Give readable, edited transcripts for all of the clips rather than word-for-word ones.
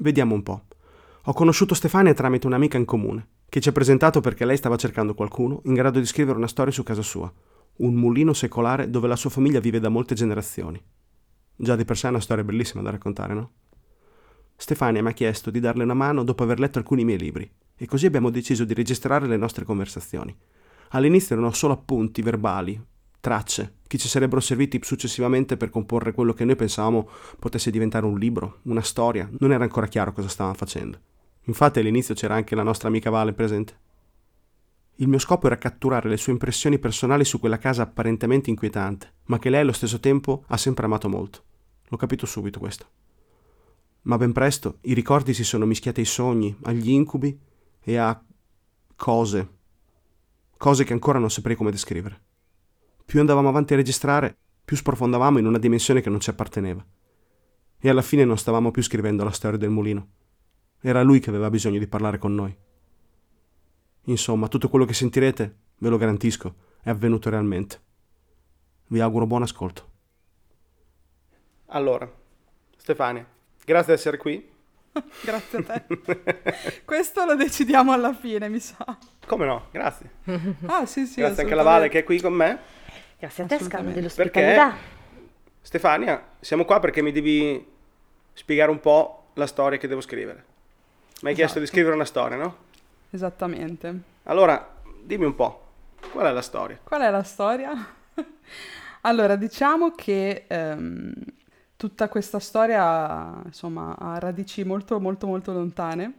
Vediamo un po'. Ho conosciuto Stefania tramite un'amica in comune, che ci ha presentato perché lei stava cercando qualcuno in grado di scrivere una storia su casa sua, un mulino secolare dove la sua famiglia vive da molte generazioni. Già di per sé è una storia bellissima da raccontare, no? Stefania mi ha chiesto di darle una mano dopo aver letto alcuni miei libri, e così abbiamo deciso di registrare le nostre conversazioni. All'inizio erano solo appunti verbali, tracce, che ci sarebbero serviti successivamente per comporre quello che noi pensavamo potesse diventare un libro, una storia. Non era ancora chiaro cosa stavamo facendo. Infatti all'inizio c'era anche la nostra amica Vale presente. Il mio scopo era catturare le sue impressioni personali su quella casa apparentemente inquietante, ma che lei allo stesso tempo ha sempre amato molto. L'ho capito subito questo. Ma ben presto i ricordi si sono mischiati ai sogni, agli incubi e a cose che ancora non saprei come descrivere. Più andavamo avanti a registrare, più sprofondavamo in una dimensione che non ci apparteneva. E alla fine non stavamo più scrivendo la storia del mulino. Era lui che aveva bisogno di parlare con noi. Insomma, tutto quello che sentirete, ve lo garantisco, è avvenuto realmente. Vi auguro buon ascolto. Allora, Stefania, grazie di essere qui. Grazie a te. Questo lo decidiamo alla fine, mi sa. Come no? Grazie. Ah, sì, Grazie anche alla Vale che è qui con me. Grazie a te, Scambio, dell'ospitalità. Perché, Stefania, siamo qua perché mi devi spiegare un po' la storia che devo scrivere. Mi hai chiesto di scrivere una storia, no? Esattamente. Allora, dimmi un po', qual è la storia? Qual è la storia? Allora, diciamo che tutta questa storia, insomma, ha radici molto, molto, molto lontane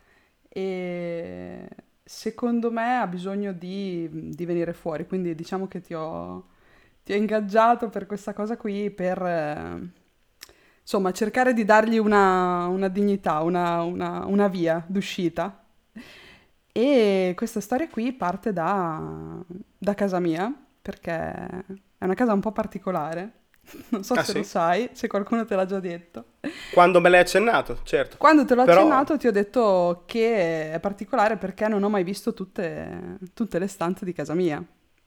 e secondo me ha bisogno di venire fuori, quindi diciamo che ti ho ingaggiato per questa cosa qui, per insomma cercare di dargli una dignità, una via d'uscita. E questa storia qui parte da casa mia, perché è una casa un po' particolare. Non so se sì? lo sai, se qualcuno te l'ha già detto. Quando me l'hai accennato, certo. Quando te l'ho Però- accennato ti ho detto che è particolare perché non ho mai visto tutte le stanze di casa mia.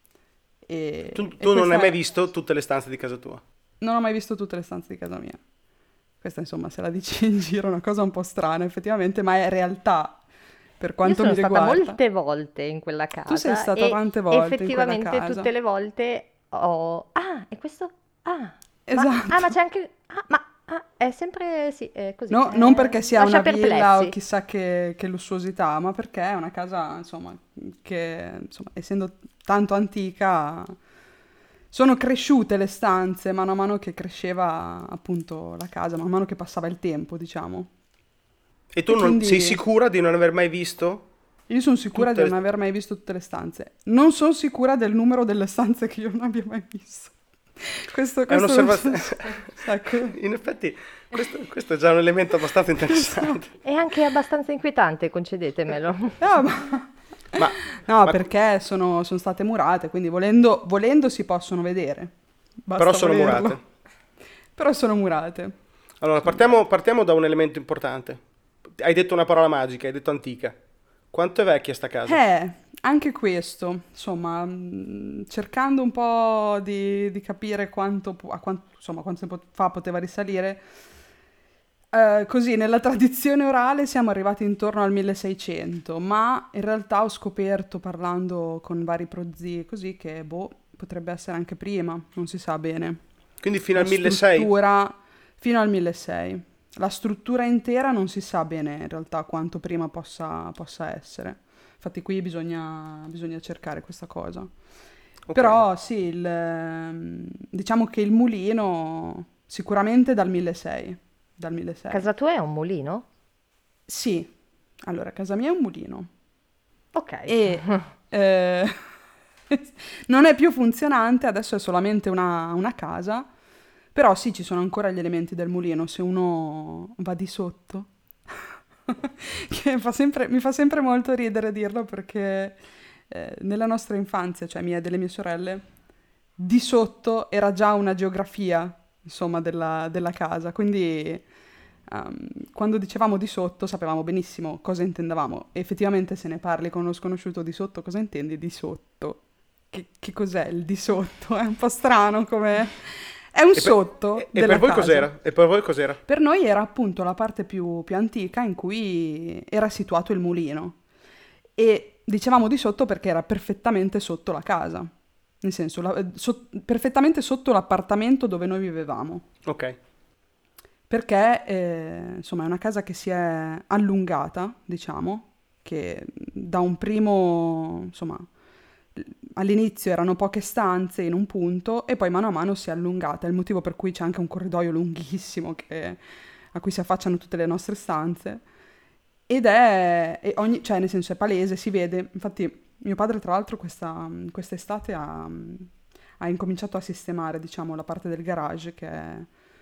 E Tu e non hai questa- mai visto tutte le stanze di casa tua? Non ho mai visto tutte le stanze di casa mia. Questa, insomma, se la dici in giro è una cosa un po' strana, effettivamente, ma è realtà per Io quanto sono mi stata riguarda. molte volte in quella casa. Tu sei stata e tante volte in quella effettivamente casa. tutte le volte ho... Ah, e questo? Ah, Esatto. ma c'è anche... è sempre... Sì, è così. No, non perché sia lascia una villa perplessi. o chissà che lussuosità, ma perché è una casa, insomma, che, insomma, essendo tanto antica, sono cresciute le stanze mano a mano che cresceva appunto la casa, man mano che passava il tempo, diciamo. E tu E quindi- sei sicura di non aver mai visto? Io sono sicura Tutte di le- non aver mai visto tutte le stanze. Non sono sicura del numero delle stanze che io non abbia mai visto. Questo È un'osservazione. Ecco. In effetti, questo è già un elemento abbastanza interessante. È anche abbastanza inquietante, concedetemelo. No, ma- Ma, no, ma- perché sono state murate, quindi volendo si possono vedere. Basta però sono volerlo. murate. Però sono murate. Allora, partiamo da un elemento importante. Hai detto una parola magica, hai detto antica. Quanto è vecchia sta casa? Anche questo, insomma, cercando un po' di capire quanto tempo fa poteva risalire, così nella tradizione orale siamo arrivati intorno al 1600, ma in realtà ho scoperto parlando con vari prozii così che potrebbe essere anche prima, non si sa bene. Quindi fino al La 1600? struttura fino al 1600. La struttura intera non si sa bene in realtà quanto prima possa essere. Infatti qui bisogna cercare questa cosa. Ok. Però sì, diciamo che il mulino sicuramente dal 1600. Dal 1600. Casa tua è un mulino? Sì, allora casa mia è un mulino. Ok. E non è più funzionante, adesso è solamente una casa, però sì, ci sono ancora gli elementi del mulino, se uno va di sotto, che mi fa sempre molto ridere dirlo perché nella nostra infanzia, cioè mia e delle mie sorelle, di sotto era già una geografia, insomma, della casa, quindi quando dicevamo di sotto sapevamo benissimo cosa intendevamo. E effettivamente se ne parli con uno sconosciuto di sotto, cosa intendi di sotto? Che cos'è il di sotto? È un po' strano come... È un sotto e della per voi casa. cos'era? E per voi cos'era? Per noi era appunto la parte più antica in cui era situato il mulino. E dicevamo di sotto perché era perfettamente sotto la casa. Nel senso, perfettamente sotto l'appartamento dove noi vivevamo. Ok. Perché, insomma, è una casa che si è allungata, diciamo, che da un primo, insomma, all'inizio erano poche stanze in un punto e poi mano a mano si è allungata. È il motivo per cui c'è anche un corridoio lunghissimo a cui si affacciano tutte le nostre stanze. Ed cioè nel senso è palese, si vede. Infatti mio padre tra l'altro quest'estate ha incominciato a sistemare, diciamo, la parte del garage che è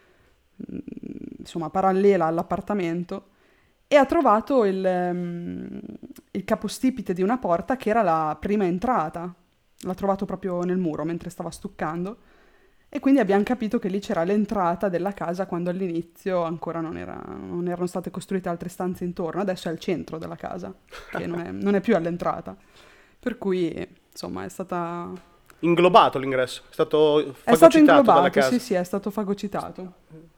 insomma parallela all'appartamento e ha trovato il capostipite di una porta che era la prima entrata. L'ha trovato proprio nel muro mentre stava stuccando e quindi abbiamo capito che lì c'era l'entrata della casa quando all'inizio ancora non erano state costruite altre stanze intorno. Adesso è al centro della casa, che non è più all'entrata. Per cui, insomma, è stata... Inglobato l'ingresso, è stato È stato fagocitato dalla inglobato, casa. sì, è stato fagocitato.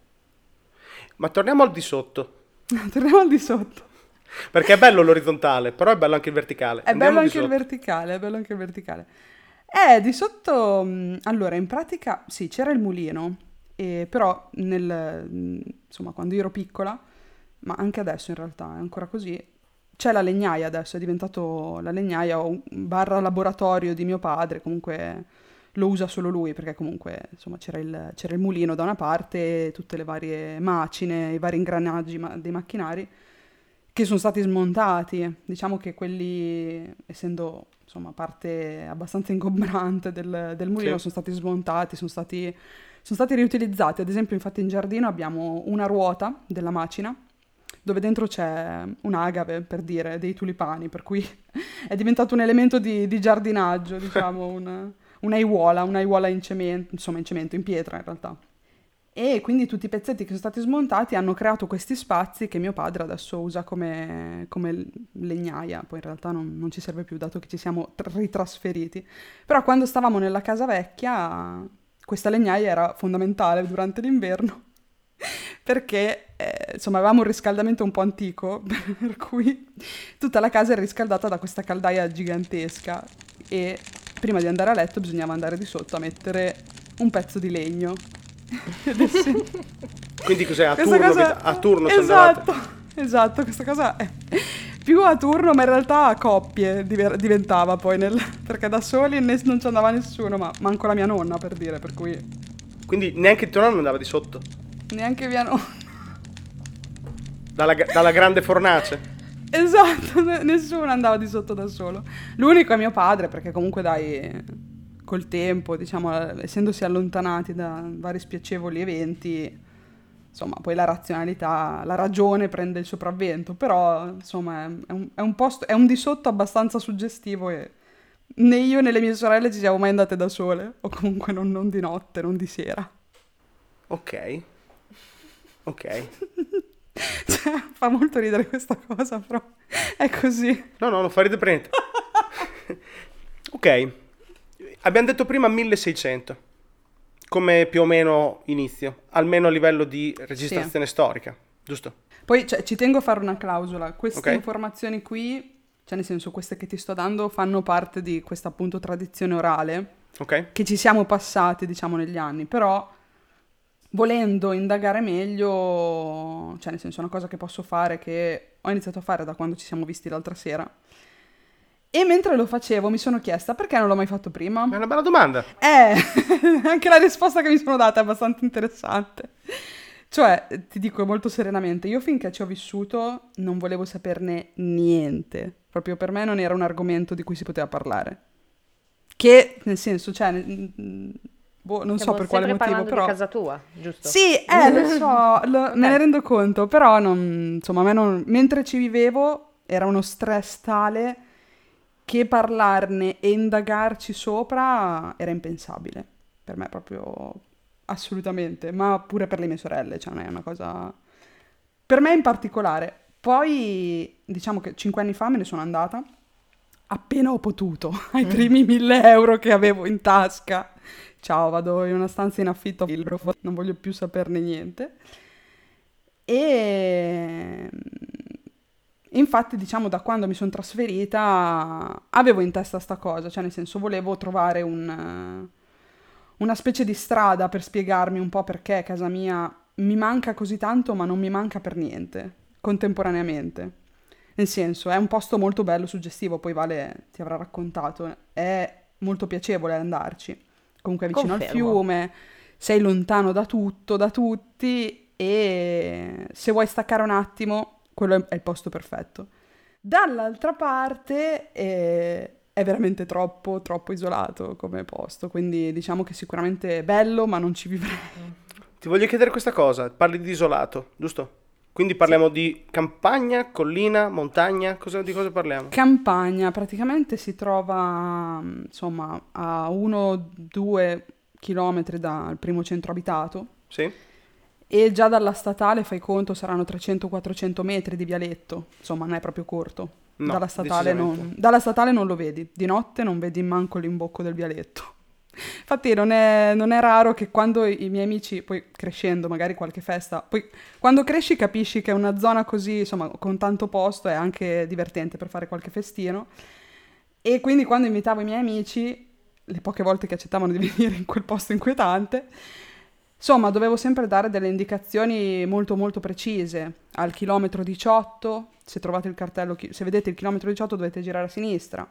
Ma torniamo al di sotto, Torniamo al di sotto. perché è bello l'orizzontale, però è bello anche il verticale. È Andiamo bello di anche il sotto. verticale, è bello anche il verticale. Di sotto, allora, in pratica, sì, c'era il mulino, però insomma, quando io ero piccola, ma anche adesso in realtà è ancora così, c'è la legnaia adesso, è diventato la legnaia o barra laboratorio di mio padre, comunque lo usa solo lui, perché comunque, insomma, c'era il mulino da una parte, tutte le varie macine, i vari ingranaggi dei macchinari, che sono stati smontati. Diciamo che quelli, essendo insomma parte abbastanza ingombrante del mulino, Sì. sono stati smontati, sono stati riutilizzati. Ad esempio, infatti in giardino abbiamo una ruota della macina, dove dentro c'è un'agave, per dire, dei tulipani, per cui è diventato un elemento di giardinaggio, diciamo, un'aiuola in cemento, insomma in cemento, in pietra in realtà. E quindi tutti i pezzetti che sono stati smontati hanno creato questi spazi che mio padre adesso usa come legnaia. Poi in realtà non ci serve più, dato che ci siamo ritrasferiti. Però quando stavamo nella casa vecchia, questa legnaia era fondamentale durante l'inverno, perché insomma avevamo un riscaldamento un po' antico, per cui tutta la casa era riscaldata da questa caldaia gigantesca e prima di andare a letto bisognava andare di sotto a mettere un pezzo di legno. Quindi cos'è? A Questa turno, cosa- a turno ci andavate? esatto, questa cosa è più a turno, ma in realtà a coppie diventava poi, perché da soli non ci andava nessuno, ma manco la mia nonna, per dire, per cui Quindi neanche il tuo nonno andava di sotto? neanche mia nonna. Dalla grande fornace? Esatto, nessuno andava di sotto da solo. L'unico è mio padre, perché comunque dai, col tempo, diciamo, essendosi allontanati da vari spiacevoli eventi, insomma, poi la razionalità, la ragione prende il sopravvento, però insomma è un posto, è un di sotto abbastanza suggestivo e né io né le mie sorelle ci siamo mai andate da sole, o comunque non di notte, non di sera. Ok. Cioè, fa molto ridere questa cosa, però è così. No, non fa ridere per niente. Ok. Abbiamo detto prima 1600. Come più o meno inizio. Almeno a livello di registrazione storica. Giusto? Poi ci tengo a fare una clausola. Queste Ok. informazioni qui, cioè nel senso queste che ti sto dando, fanno parte di questa appunto tradizione orale Ok. che ci siamo passati, diciamo, negli anni. Però, volendo indagare meglio, cioè nel senso è una cosa che posso fare, che ho iniziato a fare da quando ci siamo visti l'altra sera. E mentre lo facevo mi sono chiesta perché non l'ho mai fatto prima. È una bella domanda. Anche la risposta che mi sono data è abbastanza interessante. Cioè, ti dico molto serenamente, io finché ci ho vissuto non volevo saperne niente. Proprio per me non era un argomento di cui si poteva parlare. Che, nel senso, cioè, non so per quale motivo, parlando però... di casa tua, giusto? Sì, lo so, me ne rendo conto, però insomma, a me mentre ci vivevo era uno stress tale che parlarne e indagarci sopra era impensabile. Per me proprio assolutamente, ma pure per le mie sorelle, cioè non è una cosa... Per me in particolare. Poi, diciamo che 5 anni fa me ne sono andata, appena ho potuto, ai primi 1.000 euro che avevo in tasca. Ciao, vado in una stanza in affitto, non voglio più saperne niente. E infatti, diciamo, da quando mi sono trasferita avevo in testa sta cosa, cioè nel senso volevo trovare una specie di strada per spiegarmi un po' perché casa mia mi manca così tanto, ma non mi manca per niente, contemporaneamente. Nel senso, è un posto molto bello, suggestivo, poi Vale ti avrà raccontato, è molto piacevole andarci. Comunque è vicino al Confermo. fiume, sei lontano da tutto, da tutti, e se vuoi staccare un attimo, quello è il posto perfetto. Dall'altra parte è veramente troppo, troppo isolato come posto, quindi diciamo che sicuramente è bello, ma non ci vivrei. Ti voglio chiedere questa cosa, parli di isolato, giusto? Quindi parliamo di campagna, collina, montagna, di cosa parliamo? Campagna, praticamente si trova, insomma, a 1-2 chilometri dal primo centro abitato. Sì? E già dalla statale, fai conto, saranno 300-400 metri di vialetto, insomma non è proprio corto. No, dalla statale non lo vedi, di notte non vedi manco l'imbocco del vialetto. Infatti non è raro che quando i miei amici, poi crescendo, magari qualche festa, poi quando cresci capisci che una zona così, insomma, con tanto posto è anche divertente per fare qualche festino. E quindi quando invitavo i miei amici, le poche volte che accettavano di venire in quel posto inquietante, insomma, dovevo sempre dare delle indicazioni molto molto precise. Al chilometro 18, se trovate il cartello, se vedete il chilometro 18 dovete girare a sinistra.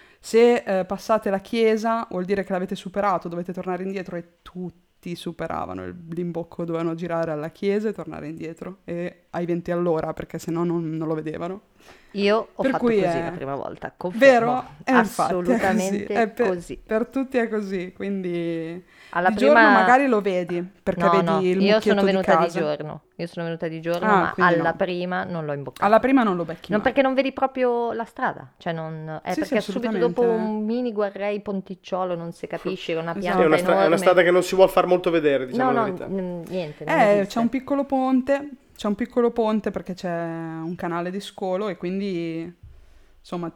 Se passate la chiesa vuol dire che l'avete superato, dovete tornare indietro, e tutti superavano l'imbocco, dovevano girare alla chiesa e tornare indietro e ai 20 all'ora, perché sennò non lo vedevano. Io ho Per fatto cui così è- la prima volta, confermo. Vero? Assolutamente Infatti è così. per tutti è così, quindi Alla di prima... giorno magari lo vedi, perché No, vedi no, il io mucchietto sono di venuta di casa. giorno. Io sono venuta di giorno, Ah, ma quindi alla no. prima non l'ho imboccato. Alla prima non lo becchi Non mai. perché non vedi proprio la strada, cioè non... è Sì, sì, perché subito dopo assolutamente. un mini guarrei ponticciolo non si capisce, con una Esatto. pianta Sì, è enorme. una strada che non si vuol far molto vedere, diciamo No, la no, verità. niente, non esiste. C'è un piccolo ponte perché c'è un canale di scolo e quindi insomma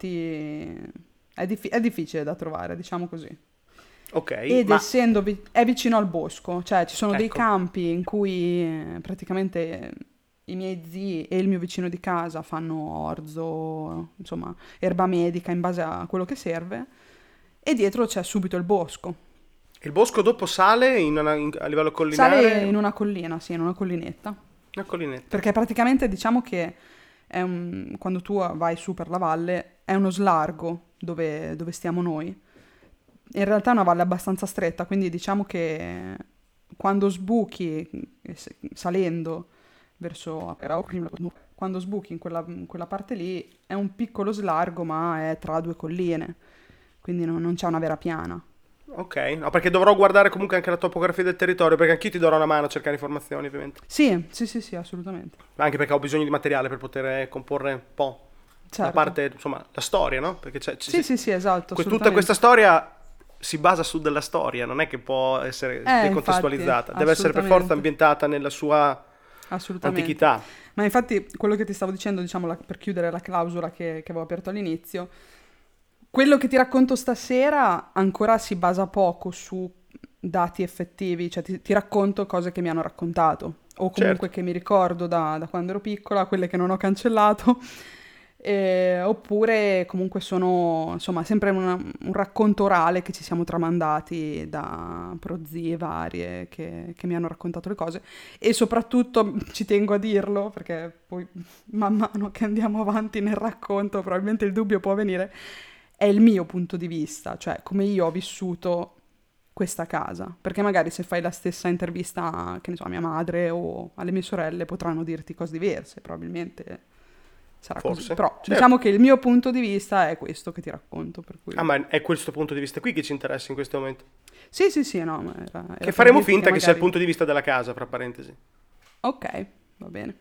è difficile da trovare, diciamo così. Ok, Ed ma essendo è vicino al bosco, cioè ci sono dei Ecco. campi in cui praticamente i miei zii e il mio vicino di casa fanno orzo, insomma, erba medica in base a quello che serve, e dietro c'è subito il bosco. il bosco dopo sale a livello collinare? Sale in una collina, sì, in una collinetta. Una collinetta. Perché praticamente diciamo che quando tu vai su per la valle è uno slargo dove stiamo noi. In realtà è una valle abbastanza stretta, quindi diciamo che quando sbuchi salendo verso quando sbuchi in quella parte lì è un piccolo slargo, ma è tra due colline, quindi non c'è una vera piana. Ok, no, perché dovrò guardare comunque anche la topografia del territorio, perché anch'io ti darò una mano a cercare informazioni, ovviamente. Sì, assolutamente. Anche perché ho bisogno di materiale per poter comporre un po' Certo. la parte, insomma, la storia, no? Perché Sì, esatto. tutta questa storia si basa su della storia, non è che può essere decontestualizzata, infatti, deve essere per forza assolutamente. ambientata nella sua Assolutamente. antichità. Ma infatti quello che ti stavo dicendo, diciamo, per chiudere la clausola che avevo aperto all'inizio, quello che ti racconto stasera ancora si basa poco su dati effettivi, cioè ti racconto cose che mi hanno raccontato, o comunque Certo. che mi ricordo da quando ero piccola, quelle che non ho cancellato, oppure comunque sono, insomma, sempre un racconto orale che ci siamo tramandati da prozie varie che mi hanno raccontato le cose, e soprattutto ci tengo a dirlo perché poi man mano che andiamo avanti nel racconto probabilmente il dubbio può venire, è il mio punto di vista, cioè come io ho vissuto questa casa, perché magari se fai la stessa intervista, che ne so, a mia madre o alle mie sorelle potranno dirti cose diverse, probabilmente sarà Forse, così, però certo. diciamo che il mio punto di vista è questo che ti racconto, per cui... Ah, ma è questo punto di vista qui che ci interessa in questo momento. Sì, no, ma era Che per faremo dirti finta che sia il magari- punto di vista della casa, fra parentesi. Ok, va bene.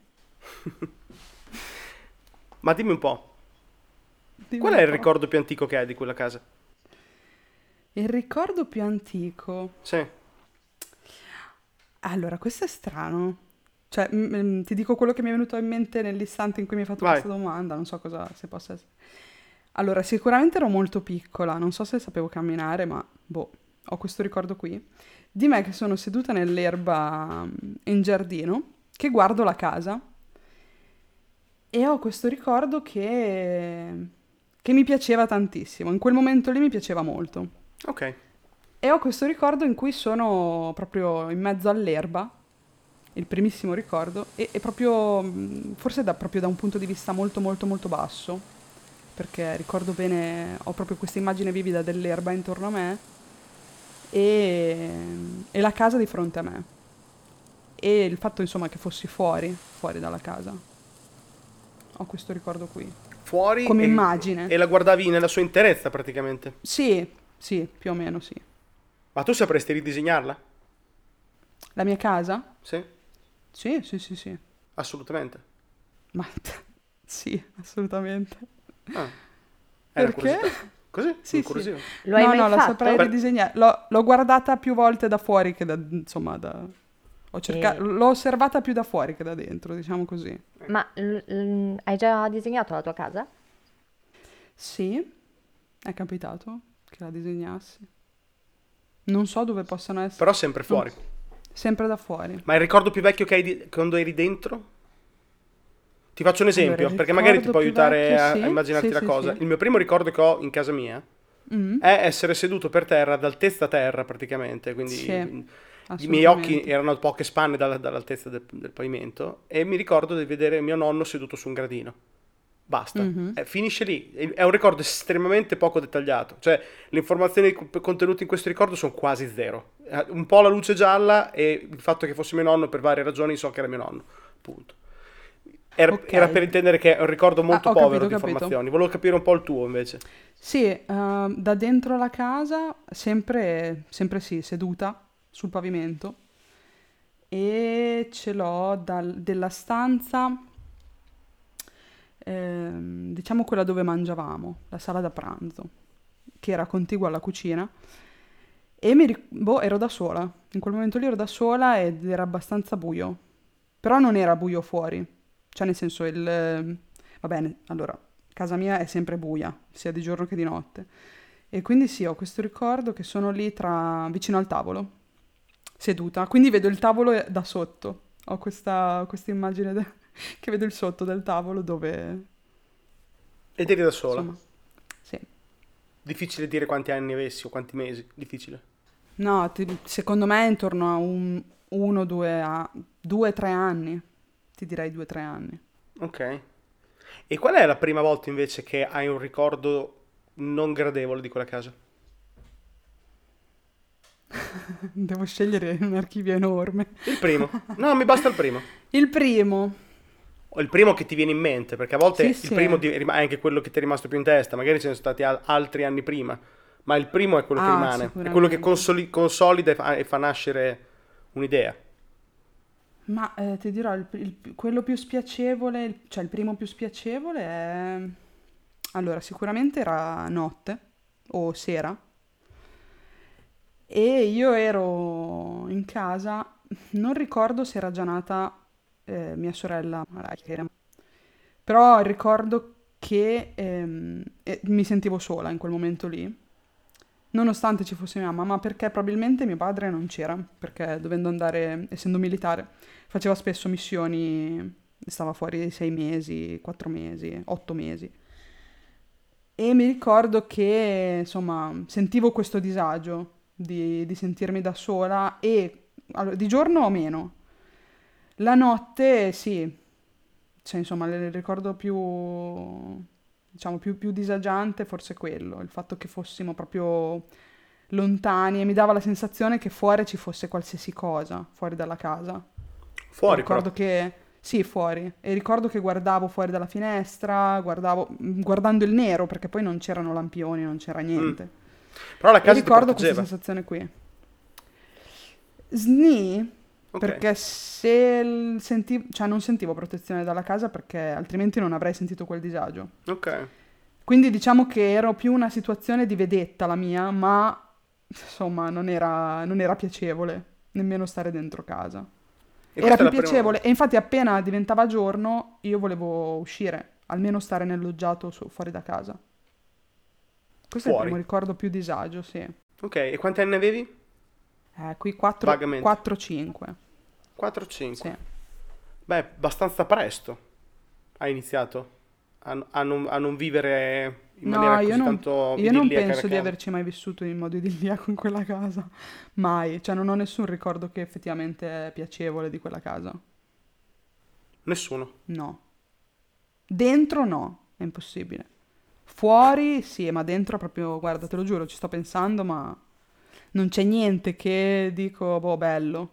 Ma dimmi un po', Dimmi qual è un il po'. ricordo più antico che hai di quella casa? Il ricordo più antico... Sì. Allora, questo è strano. Cioè, ti dico quello che mi è venuto in mente nell'istante in cui mi hai fatto Vai. questa domanda, non so cosa, se possa essere. Allora, sicuramente ero molto piccola, non so se sapevo camminare, ma boh, ho questo ricordo qui, di me che sono seduta nell'erba in giardino, che guardo la casa e ho questo ricordo che mi piaceva tantissimo. In quel momento lì mi piaceva molto. Ok. E ho questo ricordo in cui sono proprio in mezzo all'erba, il primissimo ricordo, e proprio, forse proprio da un punto di vista molto molto molto basso, perché ricordo bene, ho proprio questa immagine vivida dell'erba intorno a me e la casa di fronte a me. E il fatto insomma che fossi fuori dalla casa. Ho questo ricordo qui. Fuori come immagine. E la guardavi nella sua interezza praticamente. Sì, più o meno sì. Ma tu sapresti ridisegnarla? La mia casa? Sì? Sì. Assolutamente. Ma sì, assolutamente. Ah. È una Perché? curiosità. Così? Sì. Incuriosivo. Lo hai mai la fatto? saprei ridisegnare. L'ho guardata più volte da fuori che l'ho osservata più da fuori che da dentro, diciamo così. Ma hai già disegnato la tua casa? Sì, è capitato che la disegnassi. Non so dove possano essere. Però sempre fuori. Sempre da fuori. Ma il ricordo più vecchio che hai quando eri dentro? Ti faccio un esempio, Allora, il perché magari ti può ricordo più aiutare vecchio, a sì, immaginarti sì, la sì, cosa. sì. Il mio primo ricordo che ho in casa mia è essere seduto per terra, ad altezza terra praticamente, quindi Sì, i miei occhi assolutamente. erano a poche spanne dall'altezza del pavimento e mi ricordo di vedere mio nonno seduto su un gradino. Basta, finisce lì. È un ricordo estremamente poco dettagliato, cioè le informazioni contenute in questo ricordo sono quasi zero. Un po' la luce gialla e il fatto che fosse mio nonno, per varie ragioni so che era mio nonno, punto. Ok. Era per intendere che è un ricordo molto ho povero capito, di informazioni. Volevo capire un po' il tuo invece. Sì, da dentro la casa, sempre sì, seduta sul pavimento. E ce l'ho della stanza, diciamo quella dove mangiavamo, la sala da pranzo, che era contigua alla cucina. E ero da sola. In quel momento lì ero da sola ed era abbastanza buio. Però non era buio fuori. Cioè nel senso va bene, allora, casa mia è sempre buia, sia di giorno che di notte. E quindi sì, ho questo ricordo che sono lì vicino al tavolo, seduta. Quindi vedo il tavolo da sotto. Ho questa immagine che vedo il sotto del tavolo dove... Ed eri da sola. Insomma, sì. Difficile dire quanti anni avessi o quanti mesi. Difficile. No, secondo me intorno a 1, 2, 3 anni. Ti direi 2, 3 anni. Ok. E qual è la prima volta invece che hai un ricordo non gradevole di quella casa? Devo scegliere un archivio enorme. Il primo. No, mi basta il primo. Il primo. O il primo che ti viene in mente, perché a volte Sì, il primo è anche quello che ti è rimasto più in testa. Magari ce ne sono stati altri anni prima, ma il primo è quello che rimane. È quello che consolida e fa nascere un'idea. Ma ti dirò, quello più spiacevole, cioè il primo più spiacevole è... Allora, sicuramente era notte o sera e io ero in casa, non ricordo se era già nata mia sorella, però ricordo che mi sentivo sola in quel momento lì, nonostante ci fosse mia mamma, ma perché probabilmente mio padre non c'era, perché dovendo andare, essendo militare, faceva spesso missioni, stava fuori 6 mesi, 4 mesi, 8 mesi. E mi ricordo che, insomma, sentivo questo disagio di sentirmi da sola e allora, di giorno o meno. La notte, sì. Cioè, insomma, il ricordo più, diciamo, più disagiante forse è quello. Il fatto che fossimo proprio lontani e mi dava la sensazione che fuori ci fosse qualsiasi cosa, fuori dalla casa. Fuori, Ricordo che... Sì, fuori. E ricordo che guardavo fuori dalla finestra, guardando il nero, perché poi non c'erano lampioni, non c'era niente. Però la E casa ti ricordo questa proteggeva. sensazione qui. Sni, Ok. perché se sentivo, cioè non sentivo protezione dalla casa perché altrimenti non avrei sentito quel disagio. Ok. Quindi diciamo che ero più una situazione di vedetta la mia, ma insomma non era piacevole nemmeno stare dentro casa. E Era questa è più la prima- piacevole e infatti appena diventava giorno io volevo uscire, almeno stare nel loggiato fuori da casa. Questo è il Fuori. primo ricordo più disagio, sì. Ok, e quanti anni avevi? Qui Vagamente. 4-5. 4-5. Sì. Beh, abbastanza presto hai iniziato a non vivere in No, maniera così tanto io non idilliaca la penso di casa. averci mai vissuto in modo idilliaco in quella casa. Mai. Cioè, non ho nessun ricordo che effettivamente è piacevole di quella casa. Nessuno. No. Dentro no, è impossibile. Fuori sì, ma dentro proprio, guarda, te lo giuro, ci sto pensando, ma non c'è niente che dico, boh, bello.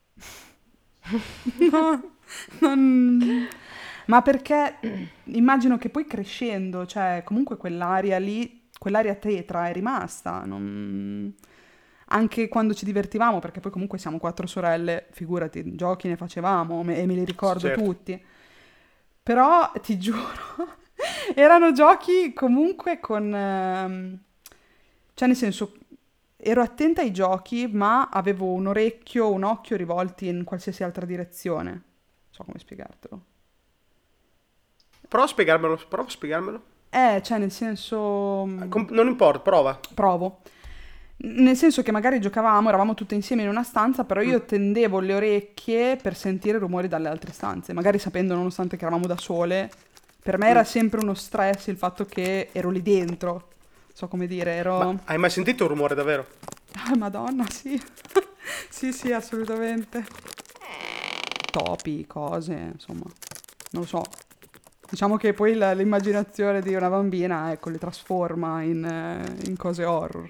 No, non... Ma perché immagino che poi crescendo, cioè comunque quell'aria lì, quell'aria tetra è rimasta. Anche quando ci divertivamo, perché poi comunque siamo 4 sorelle, figurati, giochi ne facevamo e me li ricordo Certo. tutti. Però ti giuro, erano giochi comunque con... cioè nel senso, ero attenta ai giochi, ma avevo un orecchio, un occhio rivolti in qualsiasi altra direzione. Non so come spiegartelo. Prova a spiegarmelo, prova a spiegarmelo. Cioè nel senso... Non importa, prova. provo. Nel senso che magari giocavamo, eravamo tutte insieme in una stanza, però io tendevo le orecchie per sentire rumori dalle altre stanze, magari sapendo, nonostante che eravamo da sole, per me era sempre uno stress il fatto che ero lì dentro, non so come dire, ero... Ma hai mai sentito un rumore davvero? Madonna, sì. Sì, assolutamente. Topi, cose, insomma, non lo so. Diciamo che poi l'immaginazione di una bambina, ecco, li trasforma in cose horror.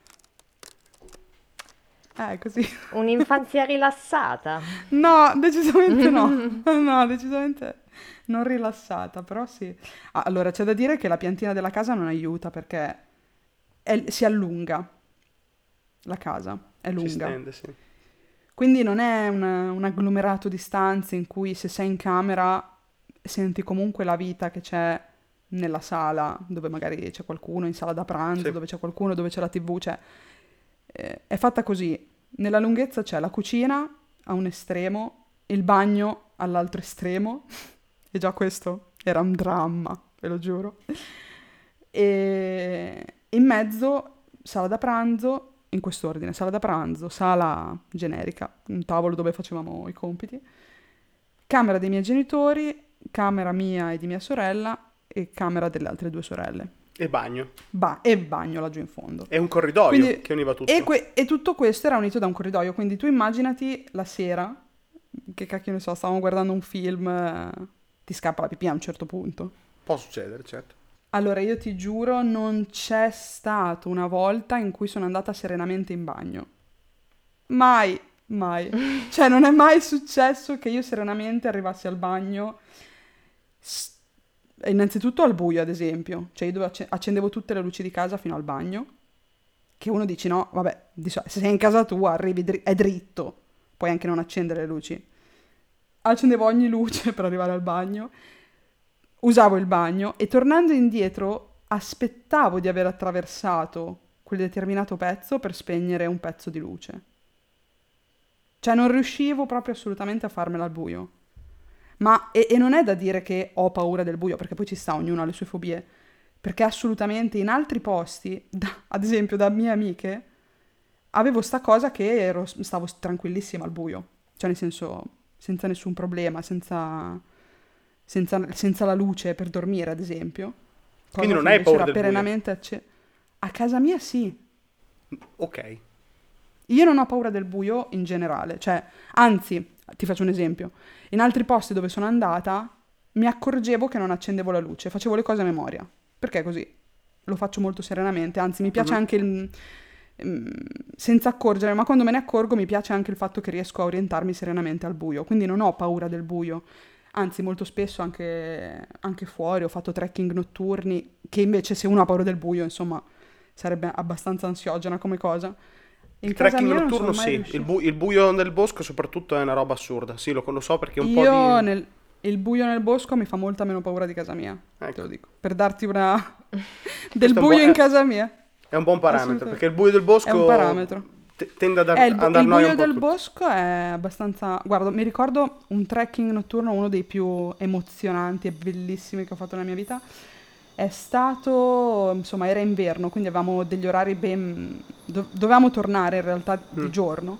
Così. Un'infanzia rilassata. No, decisamente no. No, decisamente non rilassata, però sì. Allora, c'è da dire che la piantina della casa non aiuta perché si allunga. La casa è Si lunga. stende, sì. Quindi non è un agglomerato di stanze in cui se sei in camera senti comunque la vita che c'è nella sala, dove magari c'è qualcuno, in sala da pranzo, Sì. dove c'è qualcuno, dove c'è la TV, cioè è fatta così. Nella lunghezza c'è la cucina a un estremo, il bagno all'altro estremo, e già questo era un dramma, ve lo giuro. E in mezzo sala da pranzo, in quest'ordine, sala da pranzo, sala generica, un tavolo dove facevamo i compiti, camera dei miei genitori, camera mia e di mia sorella e camera delle altre 2 sorelle. E bagno. E bagno laggiù in fondo. È un corridoio Quindi- che univa tutto. E tutto questo era unito da un corridoio, quindi tu immaginati la sera, che cacchio ne so, stavamo guardando un film, ti scappa la pipì a un certo punto. Può succedere, certo. Allora io ti giuro, non c'è stata una volta in cui sono andata serenamente in bagno. Mai. Cioè non è mai successo che io serenamente arrivassi al bagno, innanzitutto al buio ad esempio, cioè io accendevo tutte le luci di casa fino al bagno, che uno dice no, vabbè, se sei in casa tua arrivi, è dritto, puoi anche non accendere le luci. Accendevo ogni luce per arrivare al bagno, usavo il bagno e tornando indietro aspettavo di aver attraversato quel determinato pezzo per spegnere un pezzo di luce. Cioè non riuscivo proprio assolutamente a farmela al buio. Ma e non è da dire che ho paura del buio, perché poi ci sta, ognuno ha le sue fobie. Perché assolutamente in altri posti, ad esempio da mie amiche, avevo sta cosa che stavo tranquillissima al buio. Cioè nel senso, senza nessun problema, senza la luce per dormire, ad esempio. Cosa Quindi non che hai invece paura era del buio? perennemente a casa mia sì. Ok. Io non ho paura del buio in generale, cioè, anzi, ti faccio un esempio. In altri posti dove sono andata mi accorgevo che non accendevo la luce, facevo le cose a memoria. Perché così? Lo faccio molto serenamente, anzi mi piace anche senza accorgere, ma quando me ne accorgo mi piace anche il fatto che riesco a orientarmi serenamente al buio, quindi non ho paura del buio. Anzi, molto spesso anche fuori ho fatto trekking notturni, che invece se uno ha paura del buio, insomma, sarebbe abbastanza ansiogena come cosa. In Il casa trekking mia non notturno sono mai sì, riuscita. il buio nel bosco soprattutto è una roba assurda, sì, lo so perché un po' Io di... il buio nel bosco mi fa molta meno paura di casa mia, te Ecco. lo dico. Per darti una... Questo del è un buio buon- in casa mia. È un buon parametro, Assolutamente. perché il buio del bosco È un parametro. tende a dar Il noia buio un po' a del tutti. bosco è abbastanza... Guarda, mi ricordo un trekking notturno, uno dei più emozionanti e bellissimi che ho fatto nella mia vita. È stato, insomma, era inverno, quindi avevamo degli orari ben... dovevamo tornare in realtà di giorno.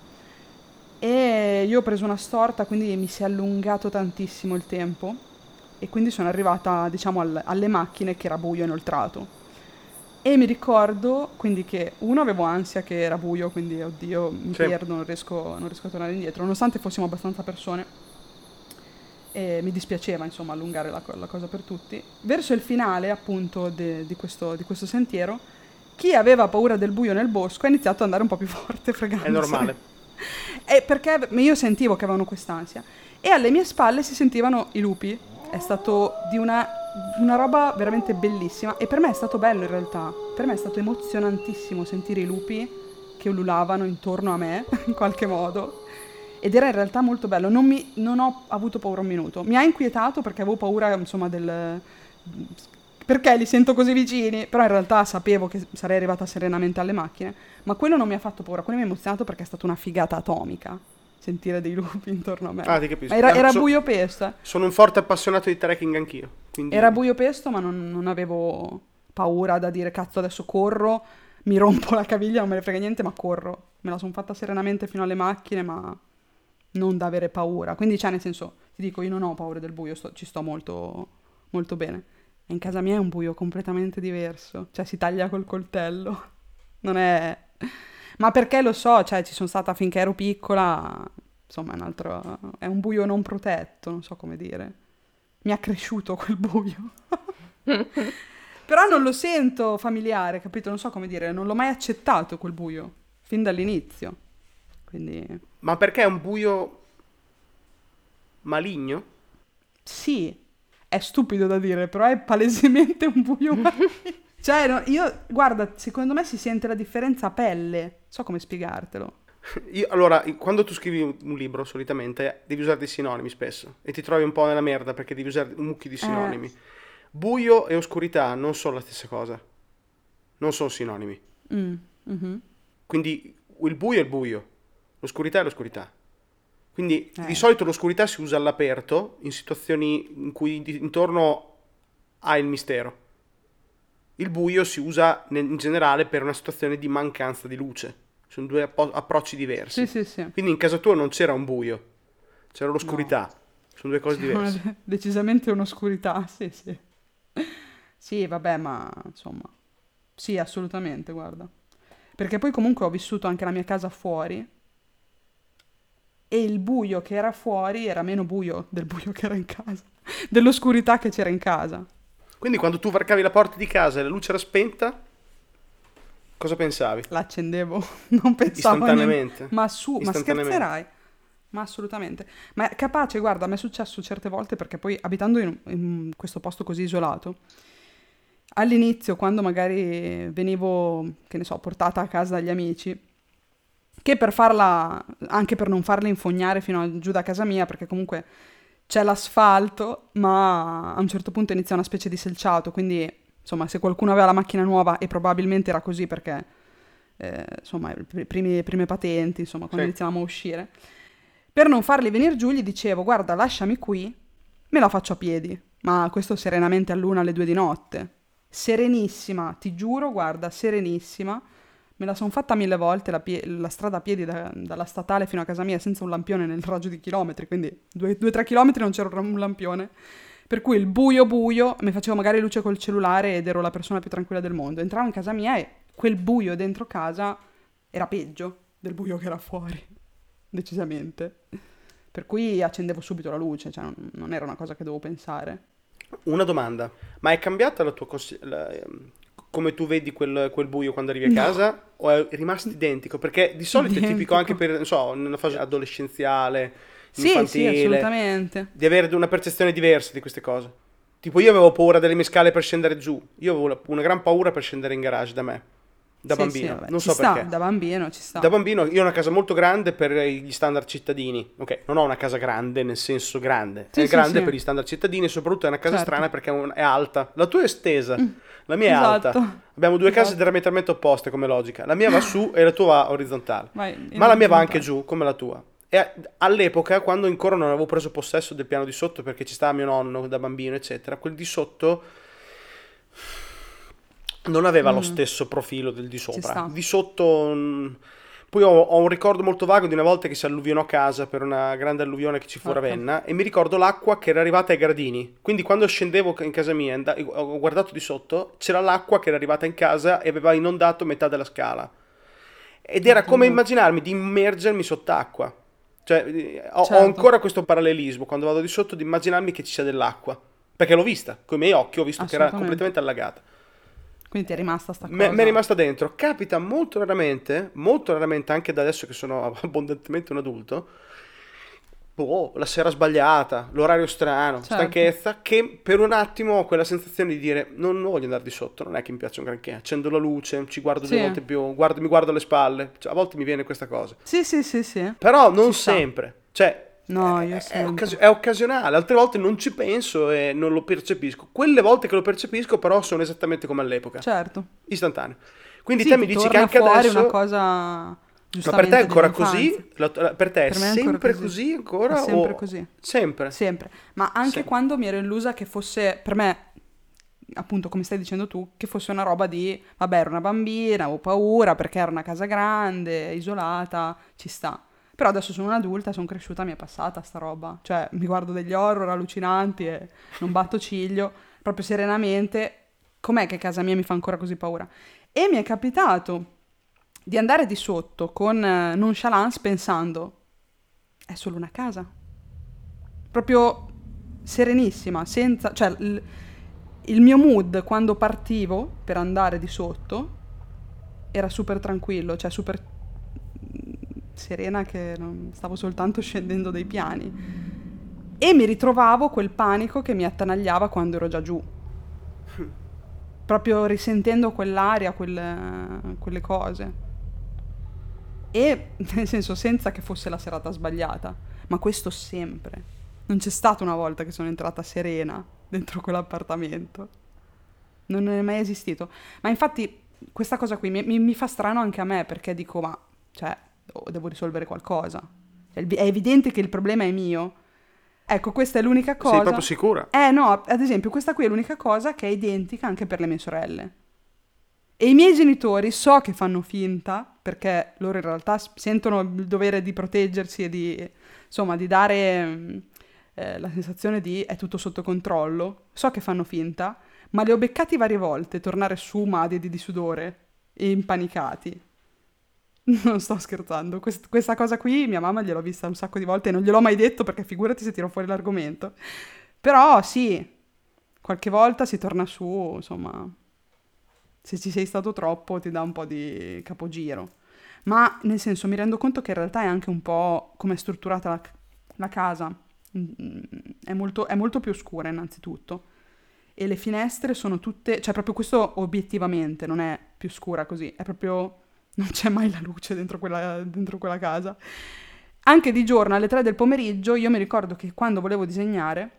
E io ho preso una storta, quindi mi si è allungato tantissimo il tempo. E quindi sono arrivata, diciamo, alle macchine che era buio inoltrato. E mi ricordo quindi che, uno, avevo ansia che era buio, quindi oddio, mi perdo, non riesco a tornare indietro, nonostante fossimo abbastanza persone. E mi dispiaceva, insomma, allungare la cosa per tutti. Verso il finale, appunto, di questo sentiero, chi aveva paura del buio nel bosco ha iniziato ad andare un po' più forte, fregandosi. È normale. Perché io sentivo che avevano quest'ansia. E alle mie spalle si sentivano i lupi. È stato di una roba veramente bellissima. E per me è stato bello, in realtà. Per me è stato emozionantissimo sentire i lupi che ululavano intorno a me, in qualche modo. Ed era in realtà molto bello. Non ho avuto paura un minuto. Mi ha inquietato perché avevo paura, insomma, perché li sento così vicini. Però in realtà sapevo che sarei arrivata serenamente alle macchine. Ma quello non mi ha fatto paura. Quello mi ha emozionato perché è stata una figata atomica sentire dei lupi intorno a me. Ah, ti capisco. Era buio pesto. Sono un forte appassionato di trekking anch'io. Quindi... Era buio pesto, ma non avevo paura da dire cazzo adesso corro, mi rompo la caviglia, non me ne frega niente, ma corro. Me la sono fatta serenamente fino alle macchine, ma non da avere paura. Quindi, cioè, nel senso, ti dico, io non ho paura del buio, ci sto molto, molto bene. E in casa mia è un buio completamente diverso. Cioè, si taglia col coltello. Non è... Ma perché lo so, cioè, ci sono stata finché ero piccola, insomma, è un buio non protetto, non so come dire. Mi ha cresciuto quel buio. Però non lo sento familiare, capito? Non so come dire, non l'ho mai accettato quel buio, fin dall'inizio. Quindi... Ma perché è un buio maligno? Sì, è stupido da dire, però è palesemente un buio maligno. Cioè, no, io, guarda, secondo me si sente la differenza a pelle. So come spiegartelo. Allora, quando tu scrivi un libro, solitamente, devi usare dei sinonimi spesso. E ti trovi un po' nella merda perché devi usare un mucchio di sinonimi. Buio e oscurità non sono la stessa cosa. Non sono sinonimi. Quindi il buio è il buio. L'oscurità è l'oscurità. Quindi di solito l'oscurità si usa all'aperto in situazioni in cui intorno hai il mistero. Il buio si usa in generale per una situazione di mancanza di luce. Sono due approcci diversi. Sì. Quindi in casa tua non c'era un buio, c'era l'oscurità. No. Sono due cose diverse. Decisamente un'oscurità, sì. Sì, vabbè, ma insomma... Sì, assolutamente, guarda. Perché poi comunque ho vissuto anche la mia casa fuori e il buio che era fuori era meno buio del buio che era in casa. Dell'oscurità che c'era in casa. Quindi quando tu varcavi la porta di casa e la luce era spenta, cosa pensavi? L'accendevo, non pensavo istantaneamente. Ma scherzerai? Ma assolutamente. Ma capace, guarda, mi è successo certe volte perché poi abitando in questo posto così isolato, all'inizio quando magari venivo, che ne so, portata a casa dagli amici, che per farla, anche per non farla infognare fino a giù da casa mia, perché comunque c'è l'asfalto, ma a un certo punto inizia una specie di selciato, quindi insomma se qualcuno aveva la macchina nuova, e probabilmente era così perché insomma prime patenti, insomma quando iniziavamo a uscire, per non farli venire giù gli dicevo guarda lasciami qui, me la faccio a piedi, ma questo serenamente all'1 alle 2 di notte, serenissima, ti giuro, guarda, serenissima. Me la sono fatta 1000 volte la strada a piedi dalla statale fino a casa mia senza un lampione nel raggio di chilometri, quindi 2-3 chilometri non c'era un lampione. Per cui il buio, mi facevo magari luce col cellulare ed ero la persona più tranquilla del mondo. Entravo in casa mia e quel buio dentro casa era peggio del buio che era fuori, decisamente. Per cui accendevo subito la luce, cioè non era una cosa che dovevo pensare. Una domanda, ma è cambiata la tua come tu vedi quel buio quando arrivi a casa, o è rimasto identico? Perché di solito è tipico anche per, non so, nella fase adolescenziale, infantile, sì, assolutamente, di avere una percezione diversa di queste cose. Tipo io avevo paura delle mie scale per scendere giù, io avevo una gran paura per scendere in garage da me, da bambino, vabbè, non so perché. Da bambino ci sta. Da bambino io ho una casa molto grande per gli standard cittadini, ok, non ho una casa grande nel senso grande, è grande per gli standard cittadini e soprattutto è una casa strana perché è alta, la tua è estesa. La mia è alta. Abbiamo due case diametralmente opposte come logica. La mia va su e la tua va orizzontale. Ma la mia va anche giù come la tua. E all'epoca, quando ancora non avevo preso possesso del piano di sotto perché ci stava mio nonno da bambino, eccetera, quel di sotto non aveva lo stesso profilo del di Ci sopra. sta. Di sotto... Poi ho un ricordo molto vago di una volta che si alluvionò casa per una grande alluvione che ci fu a Porca. Ravenna, e mi ricordo l'acqua che era arrivata ai gradini. Quindi quando scendevo in casa mia, ho guardato di sotto, c'era l'acqua che era arrivata in casa e aveva inondato metà della scala. Ed era come Oddio. immaginarmi di immergermi sott'acqua. Cioè, ho Certo. ancora questo parallelismo quando vado di sotto di immaginarmi che ci sia dell'acqua. Perché l'ho vista, con i miei occhi ho visto che era Assolutamente. completamente allagata. Quindi ti è rimasta sta Mi cosa. è rimasta dentro. Capita molto raramente anche da adesso che sono abbondantemente un adulto, la sera sbagliata, l'orario strano, Certo. stanchezza, che per un attimo ho quella sensazione di dire non voglio andare di sotto, non è che mi piace un granché, accendo la luce, ci guardo Sì. due volte più, mi guardo alle spalle, cioè, a volte mi viene questa cosa. Sì, sì, sì, sì. Però non Ci sta. sempre, cioè No, io è, sempre. è occasionale, altre volte non ci penso e non lo percepisco. Quelle volte che lo percepisco però sono esattamente come all'epoca, Certo. istantaneo. Quindi Sì, te mi ti dici che torna anche fuori adesso... una cosa Ma per giustamente te è ancora dell'infanzia. così? Per te è Per me è ancora sempre così. così ancora? È sempre o... così. Sempre? Sempre. Ma anche Sempre. quando mi ero illusa che fosse, per me, appunto come stai dicendo tu, che fosse una roba di, vabbè, ero una bambina, avevo paura perché era una casa grande, isolata, ci sta. Però adesso sono un'adulta, sono cresciuta, mi è passata sta roba. Cioè, mi guardo degli horror allucinanti e non batto ciglio, proprio serenamente. Com'è che casa mia mi fa ancora così paura? E mi è capitato di andare di sotto con nonchalance pensando, è solo una casa. Proprio serenissima, senza... Cioè, il mio mood quando partivo per andare di sotto era super tranquillo, cioè super serena che non stavo soltanto scendendo dei piani. E mi ritrovavo quel panico che mi attanagliava quando ero già giù. Proprio risentendo quell'aria, quelle cose. E, nel senso, senza che fosse la serata sbagliata. Ma questo sempre. Non c'è stata una volta che sono entrata serena dentro quell'appartamento. Non è mai esistito. Ma infatti questa cosa qui mi fa strano anche a me, perché dico, ma, cioè, devo risolvere qualcosa. È evidente che il problema è mio. Ecco, questa è l'unica cosa... Sei proprio sicura? No, ad esempio, questa qui è l'unica cosa che è identica anche per le mie sorelle. E i miei genitori so che fanno finta, perché loro in realtà sentono il dovere di proteggersi e di, insomma, di dare la sensazione di è tutto sotto controllo. So che fanno finta, ma li ho beccati varie volte tornare su madidi di sudore e impanicati. Non sto scherzando, questa cosa qui mia mamma gliel'ho vista un sacco di volte e non gliel'ho mai detto perché figurati se tiro fuori l'argomento. Però sì, qualche volta si torna su, insomma, se ci sei stato troppo ti dà un po' di capogiro. Ma nel senso mi rendo conto che in realtà è anche un po' come è strutturata la casa. È molto più scura innanzitutto. E le finestre sono tutte, cioè proprio questo obiettivamente non è più scura così, è proprio... Non c'è mai la luce dentro quella casa. Anche di giorno, alle 3 del pomeriggio, io mi ricordo che quando volevo disegnare,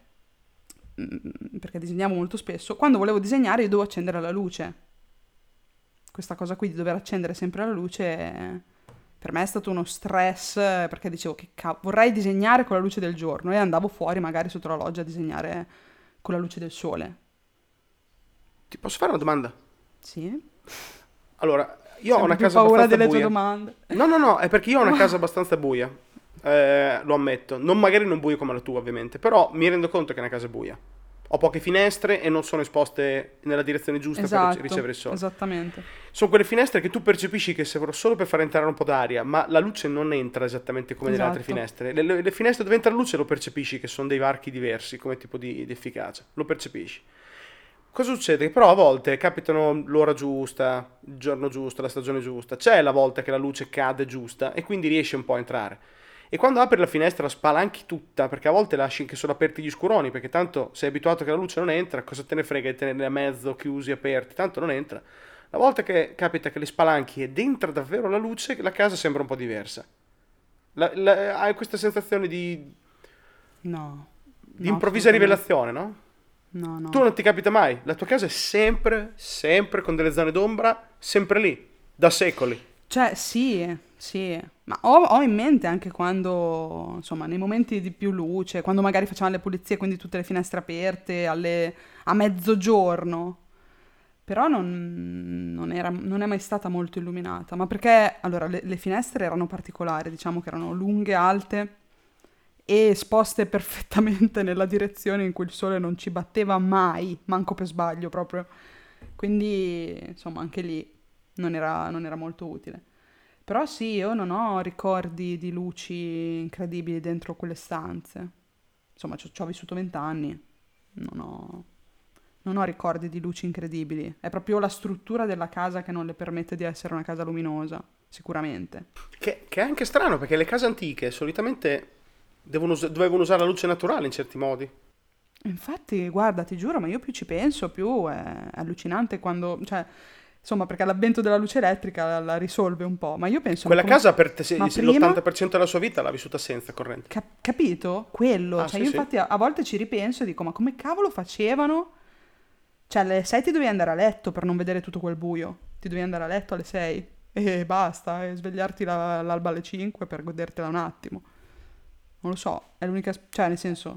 perché disegniamo molto spesso, quando volevo disegnare io dovevo accendere la luce. Questa cosa qui di dover accendere sempre la luce, per me è stato uno stress, perché dicevo che vorrei disegnare con la luce del giorno e andavo fuori magari sotto la loggia a disegnare con la luce del sole. Ti posso fare una domanda? Sì? Allora, io ho una più casa paura abbastanza delle tue buia. domande. No, è perché io ho una casa abbastanza buia. Lo ammetto. Magari non buio come la tua, ovviamente, però mi rendo conto che è una casa buia. Ho poche finestre e non sono esposte nella direzione giusta Esatto, per ricevere il sole. esattamente. Sono quelle finestre che tu percepisci che servono solo per far entrare un po' d'aria, ma la luce non entra esattamente come nelle altre Esatto. finestre. Le finestre dove entra la luce lo percepisci che sono dei varchi diversi come tipo di efficacia. Lo percepisci. Cosa succede? Che però a volte capitano l'ora giusta, il giorno giusto, la stagione giusta. C'è la volta che la luce cade giusta e quindi riesce un po' a entrare. E quando apri la finestra la spalanchi tutta, perché a volte lasci che sono aperti gli scuroni, perché tanto sei abituato che la luce non entra, cosa te ne frega di tenerli a mezzo, chiusi, aperti, tanto non entra. La volta che capita che li spalanchi ed entra davvero la luce, la casa sembra un po' diversa. Hai questa sensazione di No. improvvisa rivelazione, no? No. Tu non ti capita mai, la tua casa è sempre con delle zone d'ombra, sempre lì, da secoli. Cioè, sì, ma ho in mente anche quando, insomma, nei momenti di più luce, quando magari facevamo le pulizie, quindi tutte le finestre aperte a mezzogiorno, però non è mai stata molto illuminata, ma perché, allora, le finestre erano particolari, diciamo che erano lunghe, alte e esposte perfettamente nella direzione in cui il sole non ci batteva mai, manco per sbaglio proprio. Quindi, insomma, anche lì non era molto utile. Però sì, io non ho ricordi di luci incredibili dentro quelle stanze. Insomma, ci ho vissuto 20 anni, non ho ricordi di luci incredibili. È proprio la struttura della casa che non le permette di essere una casa luminosa, sicuramente. Che è anche strano, perché le case antiche solitamente dovevano usare la luce naturale in certi modi. Infatti, guarda, ti giuro, ma io più ci penso, più è allucinante quando... Cioè, insomma, perché l'avvento della luce elettrica la risolve un po', ma io penso... Quella casa per te, ma prima, l'80% della sua vita l'ha vissuta senza corrente. Capito? Quello. Ah, cioè, sì, io sì. infatti a volte ci ripenso e dico, ma come cavolo facevano? Cioè, alle 6 ti dovevi andare a letto per non vedere tutto quel buio. Ti dovevi andare a letto alle 6 e basta, e svegliarti l'alba alle 5 per godertela un attimo. Non lo so, è l'unica... Cioè, nel senso...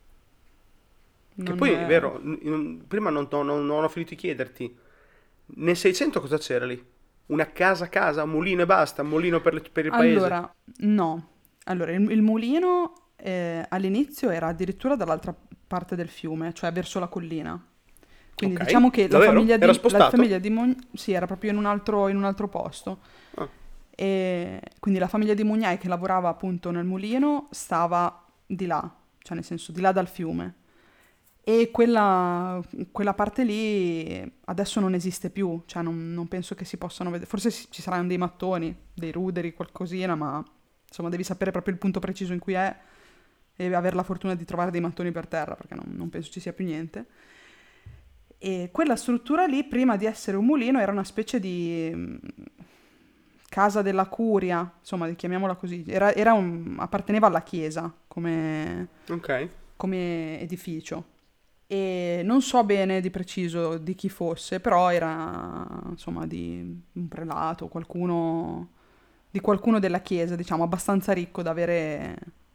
Che poi è vero, prima non ho finito di chiederti, nel 600 cosa c'era lì? Una casa, un mulino e basta, un mulino per il paese? Allora, no. Allora, il mulino all'inizio era addirittura dall'altra parte del fiume, cioè verso la collina. Quindi Ok, diciamo che davvero? Era la spostato? famiglia di sì, era proprio in un altro posto. Ah. E quindi la famiglia di Mugnai che lavorava appunto nel mulino stava di là, cioè nel senso di là dal fiume. E quella parte lì adesso non esiste più, cioè non penso che si possano vedere, forse ci saranno dei mattoni, dei ruderi, qualcosina, ma insomma devi sapere proprio il punto preciso in cui è e avere la fortuna di trovare dei mattoni per terra, perché non penso ci sia più niente. E quella struttura lì, prima di essere un mulino, era una specie di casa della curia, insomma, chiamiamola così, apparteneva alla chiesa come edificio. E non so bene di preciso di chi fosse, però era insomma di un prelato, qualcuno della chiesa, diciamo, abbastanza ricco da avere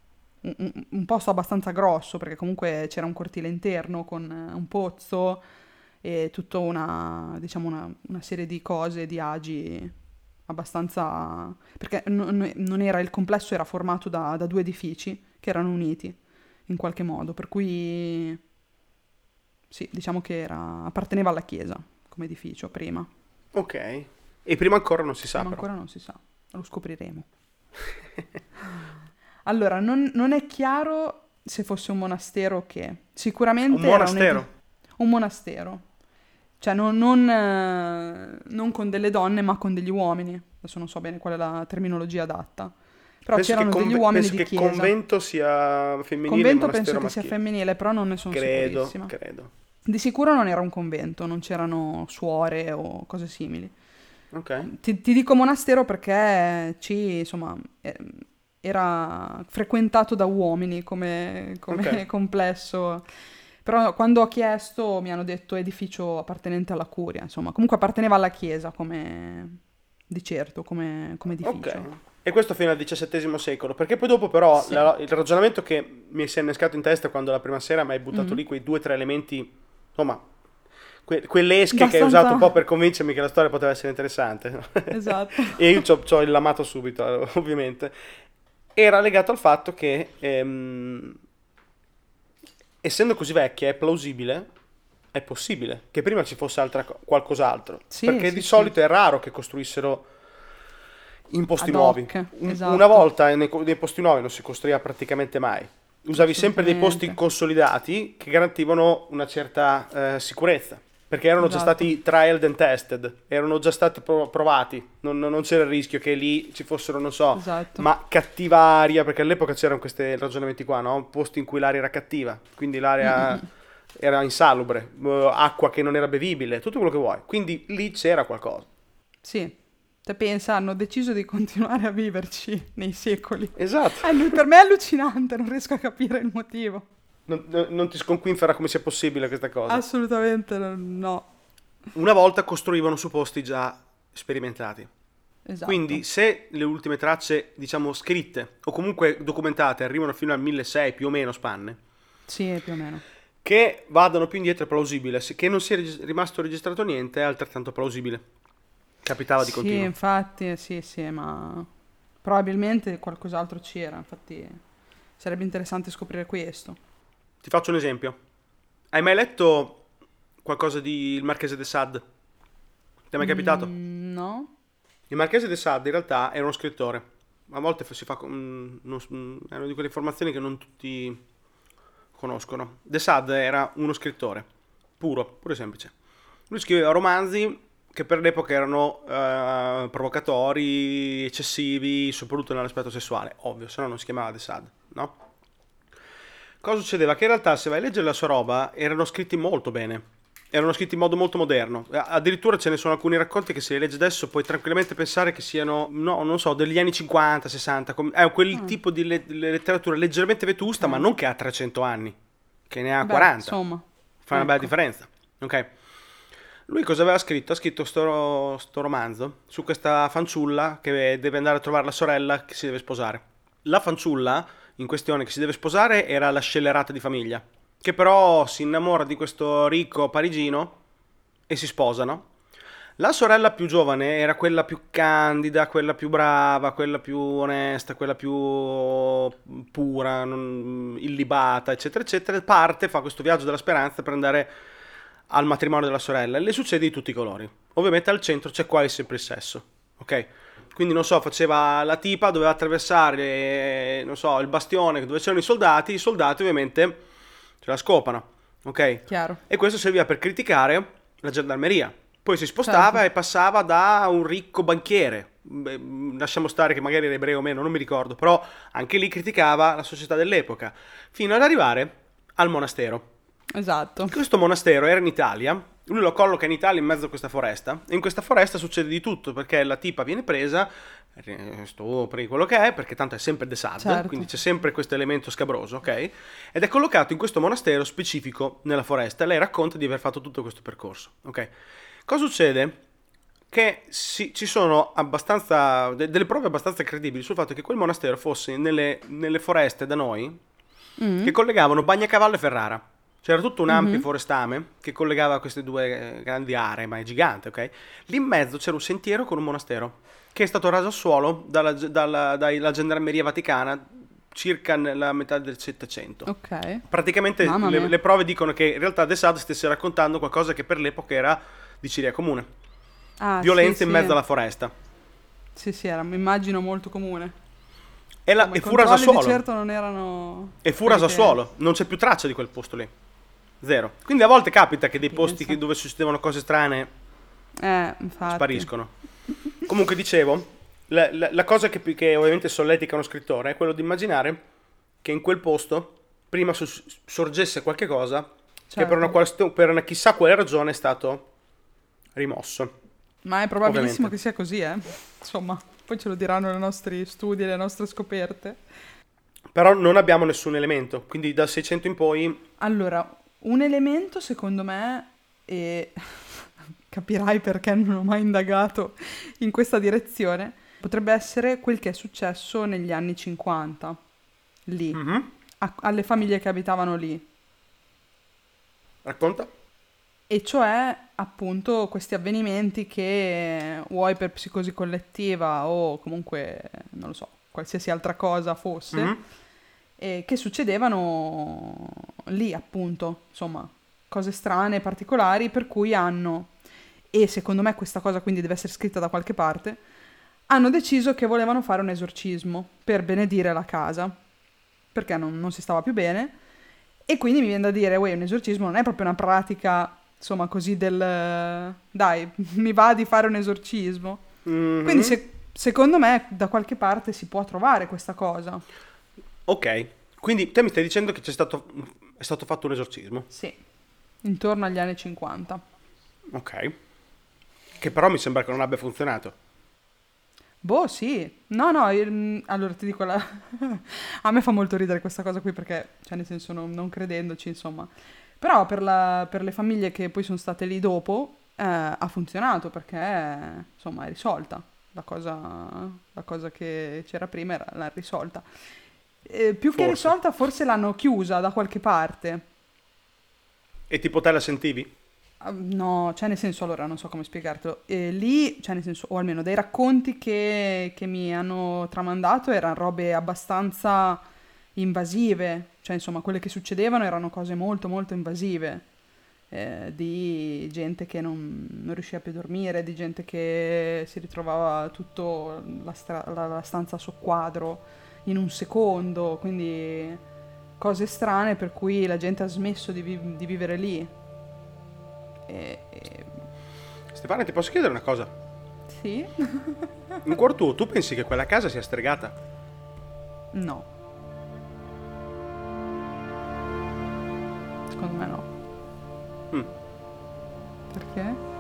un posto abbastanza grosso, perché comunque c'era un cortile interno con un pozzo e tutta una serie di cose, di agi abbastanza... perché non era, il complesso era formato da 2 edifici che erano uniti in qualche modo, per cui... Sì, diciamo che apparteneva alla chiesa come edificio prima. Ok. E prima ancora non si sa, Prima però. ancora non si sa, lo scopriremo. Allora, non è chiaro se fosse un monastero o che. Sicuramente Un monastero? Un monastero. Cioè non con delle donne, ma con degli uomini. Adesso non so bene qual è la terminologia adatta. Però Penso c'erano degli uomini di penso chiesa. che convento sia femminile, Convento monastero penso che maschile. sia femminile, però non ne sono sicurissima. Credo. Di sicuro non era un convento, non c'erano suore o cose simili. Ok. Ti dico monastero perché insomma, era frequentato da uomini come Ok. complesso. Però quando ho chiesto mi hanno detto edificio appartenente alla curia, insomma, comunque apparteneva alla chiesa di certo, come edificio. Ok. E questo fino al XVII secolo, perché poi dopo però Sì. il ragionamento che mi si è innescato in testa quando la prima sera mi hai buttato lì quei 2 o 3 elementi, insomma, quelle esche che hai Abbastanza- usato un po' per convincermi che la storia poteva essere interessante. Esatto. E io c'ho il lamato subito, ovviamente. Era legato al fatto che, essendo così vecchia, è plausibile, è possibile che prima ci fosse qualcos'altro. Sì, perché sì, di sì. solito è raro che costruissero in posti Ad nuovi. hoc, esatto. Una volta nei posti nuovi non si costruiva praticamente mai. Usavi sempre dei posti Assolutamente. consolidati che garantivano una certa sicurezza. Perché erano già Esatto. stati trialed and tested, erano già stati provati. Non c'era il rischio che lì ci fossero, non so, Esatto. ma cattiva aria, perché all'epoca c'erano questi ragionamenti qua, no? Posti in cui l'aria era cattiva, quindi l'aria era insalubre, acqua che non era bevibile, tutto quello che vuoi. Quindi lì c'era qualcosa. Sì. Te pensa, hanno deciso di continuare a viverci nei secoli. Esatto. Per me è allucinante, non riesco a capire il motivo. Non ti sconquinfera come sia possibile questa cosa. Assolutamente no. Una volta costruivano su posti già sperimentati. Esatto. Quindi se le ultime tracce, diciamo, scritte o comunque documentate arrivano fino al 1600 più o meno spanne, Sì, più o meno. Che vadano più indietro è plausibile, che non sia rimasto registrato niente è altrettanto plausibile. Capitava di Sì, continuo. infatti, sì, ma probabilmente qualcos'altro c'era, infatti sarebbe interessante scoprire questo. Ti faccio un esempio. Hai mai letto qualcosa di Il Marchese de Sade? Ti è mai capitato? No? Il Marchese de Sade in realtà era uno scrittore. A volte si fa... è una di quelle informazioni che non tutti conoscono. De Sade era uno scrittore, puro e semplice. Lui scriveva romanzi che per l'epoca erano provocatori, eccessivi, soprattutto nell'aspetto sessuale. Ovvio, se no non si chiamava De Sade, no? Cosa succedeva? Che in realtà se vai a leggere la sua roba erano scritti molto bene. Erano scritti in modo molto moderno. Addirittura ce ne sono alcuni racconti che se li leggi adesso puoi tranquillamente pensare che siano, no, non so, degli anni 50, 60. È quel tipo di letteratura leggermente vetusta, ma non che ha 300 anni, che ne ha 40. Insomma. Fa una bella Ecco. differenza. Ok? Lui cosa aveva scritto? Ha scritto sto romanzo su questa fanciulla che deve andare a trovare la sorella che si deve sposare. La fanciulla in questione che si deve sposare era la scellerata di famiglia, che però si innamora di questo ricco parigino e si sposano. La sorella più giovane era quella più candida, quella più brava, quella più onesta, quella più pura, illibata, eccetera, eccetera. Parte, fa questo viaggio della speranza per andare al matrimonio della sorella e le succede di tutti i colori. Ovviamente al centro c'è quasi sempre il sesso, ok? Quindi non so, faceva la tipa, doveva attraversare, non so, il bastione dove c'erano i soldati ovviamente ce la scopano, ok? Chiaro. E questo serviva per criticare la gendarmeria. Poi si spostava Certo. e passava da un ricco banchiere. Lasciamo stare che magari era ebreo o meno, non mi ricordo, però anche lì criticava la società dell'epoca, fino ad arrivare al monastero. Esatto. Questo monastero era in Italia, lui lo colloca in Italia in mezzo a questa foresta, e in questa foresta succede di tutto, perché la tipa viene presa, stupri, quello che è, perché tanto è sempre De Sade, Certo. quindi c'è sempre questo elemento scabroso, ok? Ed è collocato in questo monastero specifico nella foresta, e lei racconta di aver fatto tutto questo percorso, ok? Cosa succede? Che ci sono abbastanza delle prove abbastanza credibili sul fatto che quel monastero fosse nelle foreste da noi che collegavano Bagnacavallo e Ferrara. C'era tutto un ampio forestame che collegava queste due grandi aree, ma è gigante, ok? Lì in mezzo c'era un sentiero con un monastero che è stato raso al suolo dalla gendarmeria vaticana circa nella metà del Settecento. Ok. Praticamente Mamma mia. le prove dicono che in realtà De Sade stesse raccontando qualcosa che per l'epoca era di ciria comune. Ah, Violenza sì, in sì. mezzo alla foresta. Sì, era, mi immagino, molto comune. E Ma i fu raso al controlli suolo. di certo non erano... E fu raso al quelli che- suolo. Non c'è più traccia di quel posto lì. Zero. Quindi a volte capita che dei posti Pensa. dove succedevano cose strane infatti. spariscono. Comunque dicevo, la cosa che ovviamente solletica uno scrittore è quello di immaginare che in quel posto prima sorgesse qualche cosa che Certo. per una chissà quale ragione è stato rimosso. Ma è probabilissimo Ovviamente. che sia così, eh. Insomma, poi ce lo diranno i nostri studi e le nostre scoperte. Però non abbiamo nessun elemento, quindi dal 600 in poi... Allora, un elemento secondo me, e capirai perché non ho mai indagato in questa direzione, potrebbe essere quel che è successo negli anni 50, lì, Mhm. alle famiglie che abitavano lì. Racconta? E cioè, appunto, questi avvenimenti che vuoi per psicosi collettiva o comunque, non lo so, qualsiasi altra cosa fosse, Mhm. che succedevano lì, appunto, insomma, cose strane, particolari, per cui hanno, e secondo me questa cosa quindi deve essere scritta da qualche parte, hanno deciso che volevano fare un esorcismo per benedire la casa, perché non si stava più bene, e quindi mi viene da dire, un esorcismo non è proprio una pratica, insomma, così dai, mi va di fare un esorcismo. Mhm. Quindi secondo me da qualche parte si può trovare questa cosa. Ok, quindi te mi stai dicendo che è stato fatto un esorcismo. Sì, intorno agli anni 50. Ok. Che però mi sembra che non abbia funzionato. Boh, sì. No, allora ti dico, a me fa molto ridere questa cosa qui perché, cioè nel senso non credendoci, insomma. Però per le famiglie che poi sono state lì dopo ha funzionato perché, insomma, è risolta. La cosa che c'era prima l'ha risolta. Più che Forse. risolta, forse l'hanno chiusa da qualche parte. E tipo te la sentivi? No, cioè nel senso, allora non so come spiegartelo. Lì, cioè nel senso, o almeno dai racconti che mi hanno tramandato erano robe abbastanza invasive, cioè insomma quelle che succedevano erano cose molto molto invasive, di gente che non riusciva più a dormire, di gente che si ritrovava tutto la stanza a soqquadro in un secondo, quindi cose strane per cui la gente ha smesso di vivere lì. E Stefania, ti posso chiedere una cosa? sì? In cuor tuo, tu pensi che quella casa sia stregata? No. Secondo me no. Mm. Perché?